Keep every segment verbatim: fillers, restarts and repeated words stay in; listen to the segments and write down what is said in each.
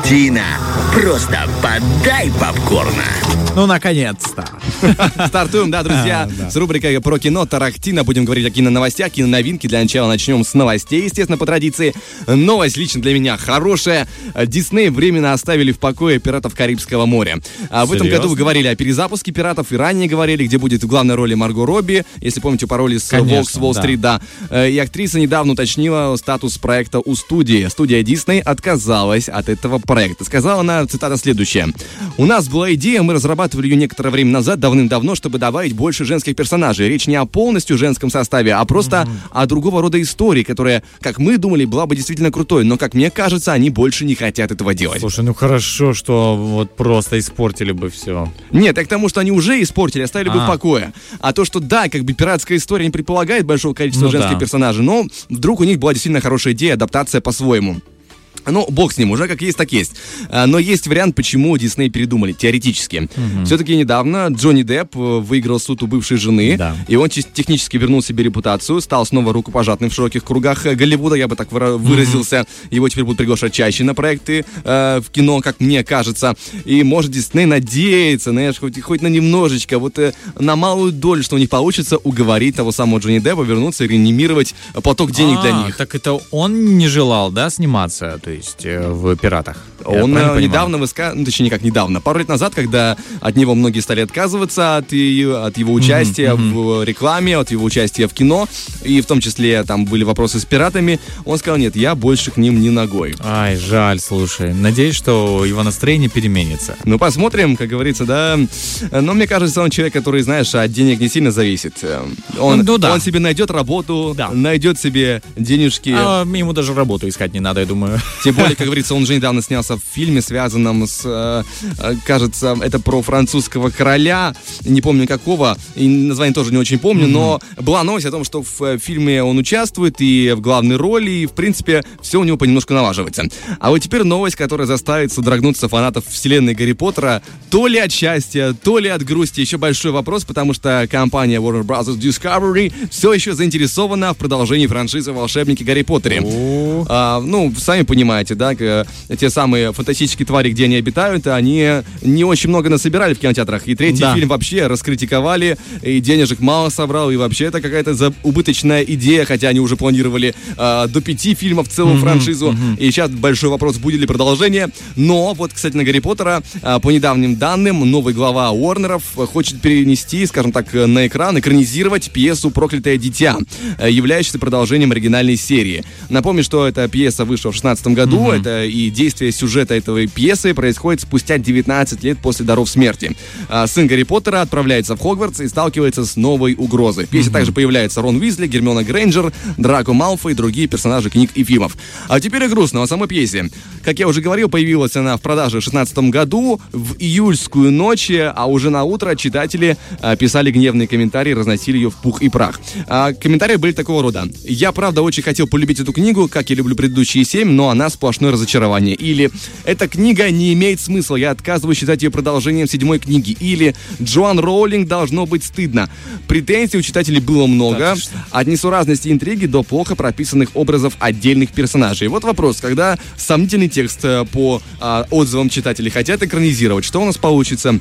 Тарантино. Просто подай попкорна. Ну, наконец-то. Стартуем, да, друзья, с рубрикой про кино Тарантино. Будем говорить о киноновостях, киноновинки. Для начала начнем с новостей, естественно, по традиции. Новость лично для меня хорошая. Дисней временно оставили в покое «Пиратов Карибского моря». А в этом году вы говорили о перезапуске «Пиратов», и ранее говорили, где будет в главной роли Марго Робби. Если помните, пароли с «Волк с Уолл-стрит», да. И актриса недавно уточнила статус проекта у студии. Студия Дисней отказалась от этого проекта. Сказала она, цитата, следующая. «У нас была идея, мы разрабатывали ее некоторое время назад, давным-давно, чтобы добавить больше женских персонажей. Речь не о полностью женском составе, а просто mm-hmm. о другого рода истории, которая, как мы думали, была бы действительно крутой. Но, как мне кажется, они больше не хотят этого делать». Слушай, ну хорошо, что вот просто испортили бы все. Нет, так к тому, что они уже испортили, оставили а. бы в покое. А то, что да, как бы пиратская история не предполагает большого количества ну, женских да. персонажей, но вдруг у них была действительно хорошая идея, адаптация по-своему. Ну, бог с ним, уже как есть, так есть. Но есть вариант, почему Дисней передумали, теоретически. Угу. Все-таки недавно Джонни Депп выиграл суд у бывшей жены, да. и он технически вернул себе репутацию, стал снова рукопожатным в широких кругах Голливуда, я бы так выразился. Угу. Его теперь будут приглашать чаще на проекты э, в кино, как мне кажется. И может Дисней надеется, знаешь, хоть, хоть на немножечко, вот э, на малую долю, что у них получится уговорить того самого Джонни Деппа вернуться и реанимировать поток денег а, для них. Так это он не желал, да, сниматься? То есть в «Пиратах». Он недавно высказал, ну, точнее, никак недавно, пару лет назад, когда от него многие стали отказываться, от, от его участия mm-hmm. в рекламе, от его участия в кино, и в том числе там были вопросы с «Пиратами», он сказал, нет, я больше к ним не ногой. Ай, жаль, слушай. Надеюсь, что его настроение переменится. Ну, посмотрим, как говорится, да. Но мне кажется, он человек, который, знаешь, от денег не сильно зависит. Он, ну, да. он себе найдет работу, да. найдет себе денежки. А ему даже работу искать не надо, я думаю. Тем более, как говорится, он же недавно снялся в фильме, связанном с, э, кажется, это про французского короля, не помню какого, и название тоже не очень помню, mm-hmm. но была новость о том, что в фильме он участвует и в главной роли, и, в принципе, все у него понемножку налаживается. А вот теперь новость, которая заставит содрогнуться фанатов вселенной Гарри Поттера, то ли от счастья, то ли от грусти, еще большой вопрос, потому что компания Warner Bros. Discovery все еще заинтересована в продолжении франшизы «Волшебники Гарри Поттере». Oh. А, ну, сами понимаете, да, те самые фантастические твари, где они обитают, они не очень много насобирали в кинотеатрах. И третий да. фильм вообще раскритиковали, и денежек мало собрал, и вообще это какая-то убыточная идея, хотя они уже планировали э, до пяти фильмов целую mm-hmm, франшизу. Mm-hmm. И сейчас большой вопрос, будет ли продолжение. Но вот, кстати, на Гарри Поттера, э, по недавним данным, новый глава Уорнеров хочет перенести, скажем так, на экран, экранизировать пьесу «Проклятое дитя», э, являющуюся продолжением оригинальной серии. Напомню, что эта пьеса вышла в шестнадцатом году, mm-hmm. это и действие сюжета этой пьесы происходит спустя девятнадцать лет после «Даров смерти». А, сын Гарри Поттера отправляется в Хогвартс и сталкивается с новой угрозой. В пьесе mm-hmm. также появляются Рон Уизли, Гермиона Грейнджер, Драко Малфой и другие персонажи книг и фильмов. А теперь о грустном, о самой пьесе. Как я уже говорил, появилась она в продаже в шестнадцатом году, в июльскую ночь, а уже на утро читатели а, писали гневные комментарии, разносили ее в пух и прах. А, комментарии были такого рода. «Я, правда, очень хотел полюбить эту книгу, как я люблю предыдущие семь, но она сплошное разочарование». Или «Эта книга не имеет смысла, я отказываюсь считать ее продолжением седьмой книги». Или «Джоан Роулинг должно быть стыдно». Претензий у читателей было много, от несуразности интриги до плохо прописанных образов отдельных персонажей. Вот вопрос, когда сомнительный текст по а, отзывам читателей хотят экранизировать, что у нас получится?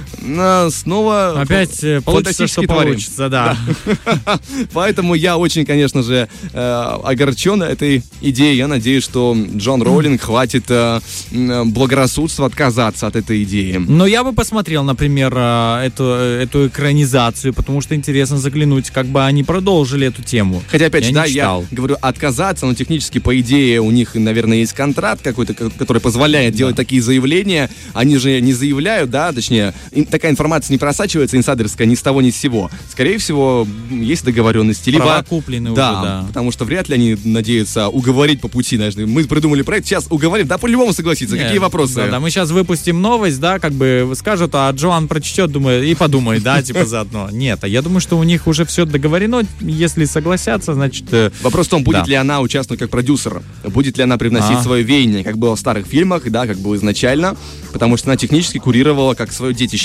Снова опять получится, что твари. Получится, да. да. Поэтому я очень, конечно же, огорчен этой идеей. Я надеюсь, что Джон Роулинг хватит благорассудства отказаться от этой идеи. Но я бы посмотрел, например, эту, эту экранизацию, потому что интересно заглянуть, как бы они продолжили эту тему. Хотя, опять же, я да, я говорю отказаться, но технически, по идее, у них, наверное, есть контракт какой-то, который позволяет да. делать такие заявления. Они же не заявляют, да, точнее, такая информация не просачивается, инсайдерская, ни с того, ни с сего. Скорее всего, есть договоренности. Либо права куплены да, уже, да. потому что вряд ли они надеются уговорить по пути. Знаешь, мы придумали проект, сейчас уговорим. Да, по-любому согласиться. Нет, какие вопросы? Да, да, мы сейчас выпустим новость, да, как бы скажут, а Джоан прочтет, думаю, и подумает, да, типа заодно. Нет, а я думаю, что у них уже все договорено. Если согласятся, значит... Вопрос в том, будет ли она участвовать как продюсер, будет ли она привносить свое веяние, как было в старых фильмах, да, как было изначально, потому что она технически курировала как свое детище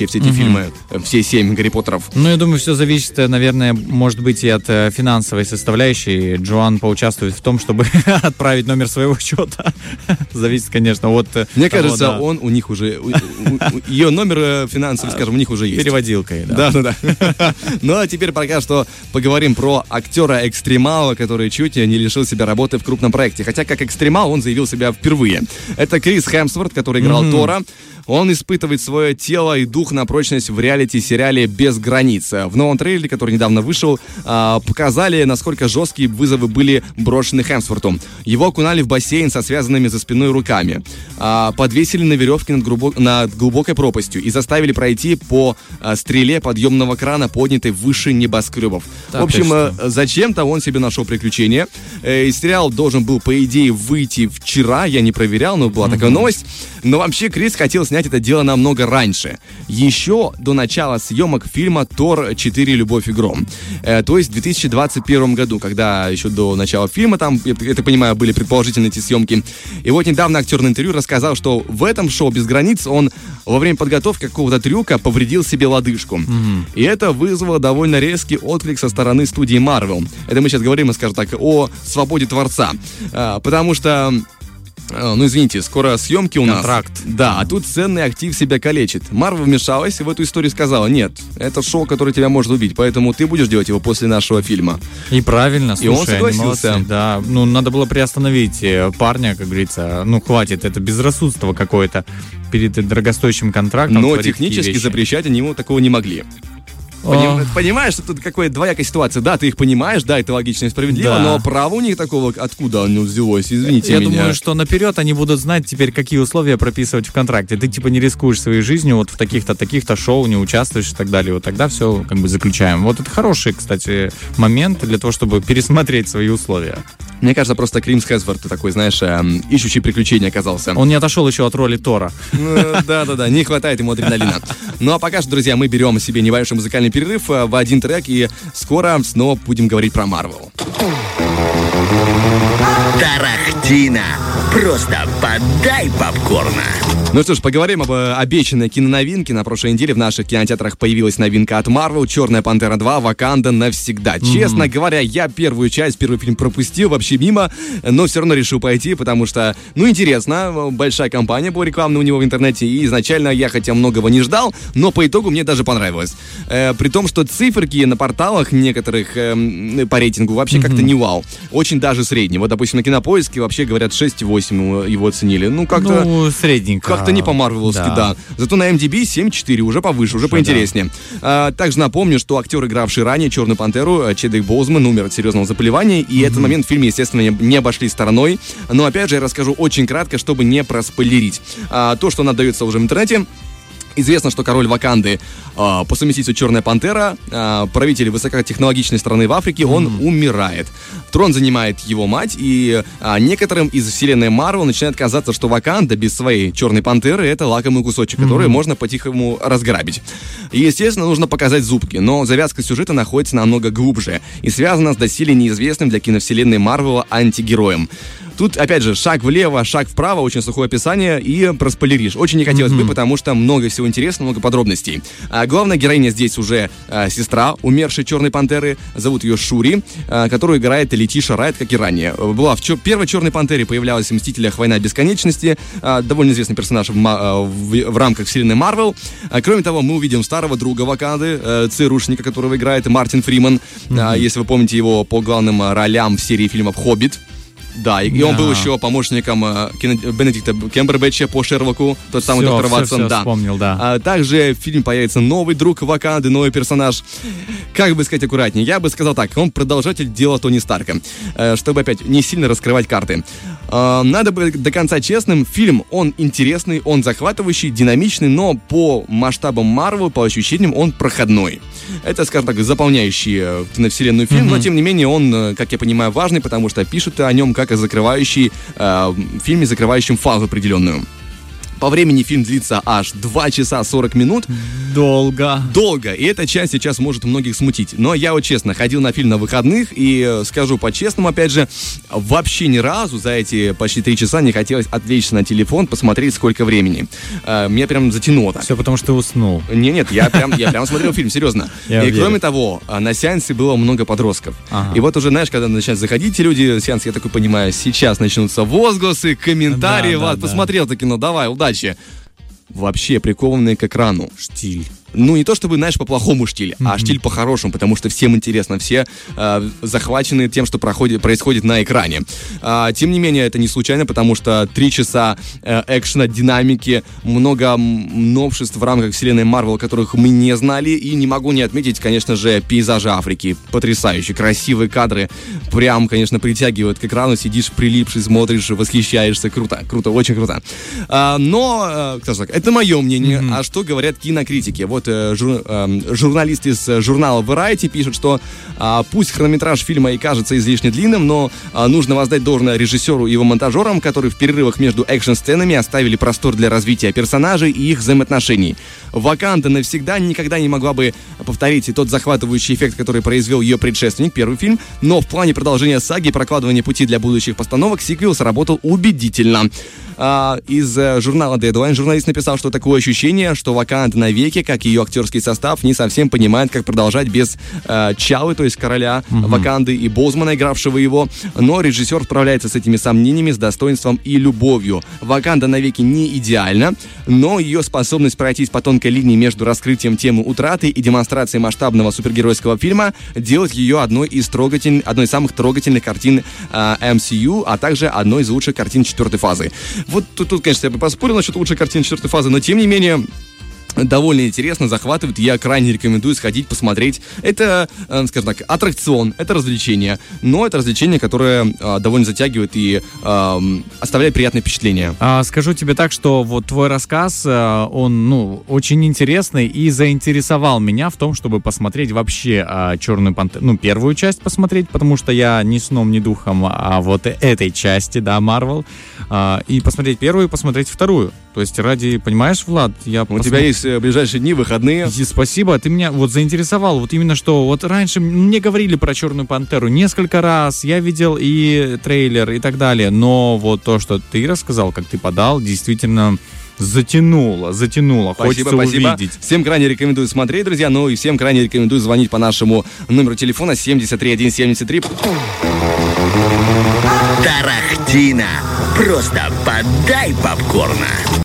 входящие в все эти mm-hmm. фильмы, все семь Гарри Поттеров. Ну, я думаю, все зависит, наверное, может быть, и от э, финансовой составляющей. Джоан поучаствует в том, чтобы отправить номер своего счета. Зависит, конечно, от Мне того, кажется, да. он у них уже... У, у, у, ее номер финансовый, скажем, у них уже есть. Переводилкой, да. Да-да-да. Ну, а теперь пока что поговорим про актера-экстремала, который чуть не лишил себя работы в крупном проекте. Хотя, как экстремал, он заявил себя впервые. Это Крис Хемсворт, который играл mm-hmm. Тора. Он испытывает свое тело и дух на прочность в реалити-сериале «Без границ». В новом трейлере, который недавно вышел, показали, насколько жесткие вызовы были брошены Хемсворту. Его окунали в бассейн со связанными за спиной руками, подвесили на веревке над, глубок... над глубокой пропастью и заставили пройти по стреле подъемного крана, поднятой выше небоскребов. Так, в общем, зачем-то он себе нашел приключение. И сериал должен был, по идее, выйти вчера. Я не проверял, но была mm-hmm. такая новость. Но вообще Крис хотел снять это дело намного раньше. Еще до начала съемок фильма «Тор четыре. Любовь и гром». Э, то есть в две тысячи двадцать первом году, когда еще до начала фильма, там, я, я так понимаю, были предположительно эти съемки. И вот недавно актер на интервью рассказал, что в этом шоу «Без границ» он во время подготовки какого-то трюка повредил себе лодыжку. Mm-hmm. И это вызвало довольно резкий отклик со стороны студии Marvel. Это мы сейчас говорим, скажем так, о свободе творца. А, потому что... Ну, извините, скоро съемки у Контракт. нас. Да, а тут ценный актив себя калечит. Марвел вмешалась и в эту историю сказала: нет, это шоу, которое тебя может убить, поэтому ты будешь делать его после нашего фильма. И правильно, слушай, и он согласился. Молодцы, да, ну, надо было приостановить парня, как говорится. Ну, хватит, это безрассудство какое-то перед дорогостоящим контрактом. Но технически запрещать они ему такого не могли. Поним, понимаешь, что тут какая-то двоякая ситуация. Да, ты их понимаешь, да, это логично и справедливо, да. Но право у них такого, откуда оно взялось, извините Я меня. Я думаю, что наперед они будут знать теперь, какие условия прописывать в контракте. Ты типа не рискуешь своей жизнью, вот в таких-то, таких-то шоу не участвуешь и так далее. Вот тогда все как бы заключаем. Вот это хороший, кстати, момент для того, чтобы пересмотреть свои условия. Мне кажется, просто Крис Хемсворт такой, знаешь, эм, ищущий приключения оказался. Он не отошел еще от роли Тора. Да-да-да, не хватает ему адреналина. Ну а пока что, друзья, мы берем себе небольшой музыкальный перерыв в один трек, и скоро снова будем говорить про Марвел. Тарахтина. Просто подай попкорна. Ну что ж, поговорим об обещанной киноновинке. На прошлой неделе в наших кинотеатрах появилась новинка от Marvel «Черная пантера два. Ваканда навсегда». Mm-hmm. Честно говоря, я первую часть, первый фильм пропустил вообще мимо, но все равно решил пойти, потому что, ну, интересно, большая кампания была рекламная у него в интернете, и изначально я хотя многого не ждал, но по итогу мне даже понравилось. Э, при том, что циферки на порталах некоторых э, по рейтингу вообще mm-hmm. как-то не вау. Очень даже средний. Вот, допустим, на Кинопоиске вообще говорят шесть и восемь его оценили. Ну, как-то... Ну, средненько. Как-то не по-марвеловски, да. да. Зато на эм ди би семь и четыре, уже повыше, уже Что поинтереснее. Да. А, также напомню, что актер, игравший ранее Черную пантеру, Чедвик Боузман, умер от серьезного заболевания, и mm-hmm. этот момент в фильме, естественно, не, не обошли стороной. Но, опять же, я расскажу очень кратко, чтобы не проспойлерить. А, то, что отдается уже в интернете. Известно, что король Ваканды, э, по совместительству Черная пантера, э, правитель высокотехнологичной страны в Африке, он mm-hmm. умирает. Трон занимает его мать, и э, некоторым из вселенной Марвел начинает казаться, что Ваканда без своей Черной пантеры — это лакомый кусочек, mm-hmm. который можно по-тихому разграбить. И, естественно, нужно показать зубки, но завязка сюжета находится намного глубже и связана с доселе неизвестным для киновселенной Марвела антигероем. Тут, опять же, шаг влево, шаг вправо, очень сухое описание, и проспойлеришь. Очень не хотелось mm-hmm. бы, потому что много всего интересного, много подробностей. А главная героиня здесь уже а, сестра умершей Черной пантеры. Зовут ее Шури, а, которую играет Летиша Райт, как и ранее. Была в чер- первой Черной пантере, появлялась в «Мстителях. Война бесконечности». А, довольно известный персонаж в, в, в рамках вселенной Марвел. А, кроме того, мы увидим старого друга Ваканды, а, ЦРУшника, которого играет Мартин Фриман. Mm-hmm. А, если вы помните его по главным ролям в серии фильмов «Хоббит». Да, и, да. и он был еще помощником э, кино, Бенедикта Кембербэтча по Шерлоку, тот самый все, доктор все, Ватсон. Все да. вспомнил, да. А, также в фильме появится новый друг Ваканды, новый персонаж. Как бы сказать аккуратнее, я бы сказал так, он продолжатель дела Тони Старка, э, чтобы опять не сильно раскрывать карты. Э, надо быть до конца честным, фильм, он интересный, он захватывающий, динамичный, но по масштабам Марвел, по ощущениям, он проходной. Это, скажем так, заполняющий киновселенную фильм, mm-hmm. но тем не менее он, как я понимаю, важный, потому что пишут о нем как о закрывающей э, фильме, закрывающем фазу определенную. По времени фильм длится аж два часа сорок минут. Долго. Долго. И эта часть сейчас может многих смутить. Но я вот честно ходил на фильм на выходных и э, скажу по-честному, опять же, вообще ни разу за эти почти три часа не хотелось отвлечься на телефон, посмотреть сколько времени. Э, меня прям затянуло так. Все потому, что ты уснул. Не, нет, я прям, я прям смотрел фильм, серьезно. Я и верю. кроме того, на сеансе было много подростков. Ага. И вот уже, знаешь, когда начинают заходить те люди, сеанс, я такой понимаю, сейчас начнутся возгласы, комментарии. Да, да, Влад, да. посмотрел таки, ну давай, удачи. Вообще прикованные к экрану. Штиль. Ну, не то чтобы, знаешь, по плохому штиле, Mm-hmm. а штиль по-хорошему, потому что всем интересно, все э, захвачены тем, что проходит, происходит на экране. А, тем не менее, это не случайно, потому что три часа э, экшена, динамики, много м, новшеств в рамках вселенной Марвел, которых мы не знали, и не могу не отметить, конечно же, пейзажи Африки. Потрясающие, красивые кадры, прям, конечно, притягивают к экрану, сидишь прилипший, смотришь, восхищаешься, круто, круто, очень круто. А, но, э, кто же так, это мое мнение, Mm-hmm. а что говорят кинокритики? Вот э, жур, э, журналист из э, журнала Variety пишет, что э, пусть хронометраж фильма и кажется излишне длинным, но э, нужно воздать должное режиссеру и его монтажерам, которые в перерывах между экшн-сценами оставили простор для развития персонажей и их взаимоотношений. Ваканда навсегда никогда не могла бы повторить тот захватывающий эффект, который произвел ее предшественник, первый фильм, но в плане продолжения саги и прокладывания пути для будущих постановок сиквел сработал убедительно. А, из э, журнала Deadline журналист написал, что такое ощущение, что Ваканда навеки, как и ее актерский состав, не совсем понимает, как продолжать без э, Чалы, то есть короля mm-hmm. Ваканды, и Бозмана, игравшего его, но режиссер справляется с этими сомнениями с достоинством и любовью. Ваканда навеки не идеальна, но ее способность пройтись по тонкой линии между раскрытием темы утраты и демонстрацией масштабного супергеройского фильма делает ее одной из, трогатель... одной из самых трогательных картин э, эм си ю, а также одной из лучших картин четвертой фазы. Вот тут, тут, конечно, я бы поспорил насчет лучшей картины четвертой фазы, но тем не менее довольно интересно, захватывает. Я крайне рекомендую сходить, посмотреть. Это, э, скажем так, аттракцион, это развлечение. Но это развлечение, которое э, довольно затягивает и э, оставляет приятное впечатление. А, скажу тебе так, что вот твой рассказ, э, он, ну, очень интересный и заинтересовал меня в том, чтобы посмотреть вообще э, «Черную пантеру», ну, первую часть посмотреть, потому что я ни сном, ни духом а вот этой части, да, Marvel, э, и посмотреть первую, и посмотреть вторую. То есть ради, понимаешь, Влад, я... У посмотр... тебя есть ближайшие дни, выходные. И спасибо, ты меня вот заинтересовал. Вот именно что, вот раньше мне говорили про «Черную пантеру» несколько раз, я видел и трейлер и так далее, но вот то, что ты рассказал, как ты подал, действительно затянуло, затянуло. Спасибо, Хочется спасибо. увидеть. Всем крайне рекомендую смотреть, друзья, ну и всем крайне рекомендую звонить по нашему номеру телефона семьдесят три один семьдесят три. Тарахтина. Просто подай попкорна.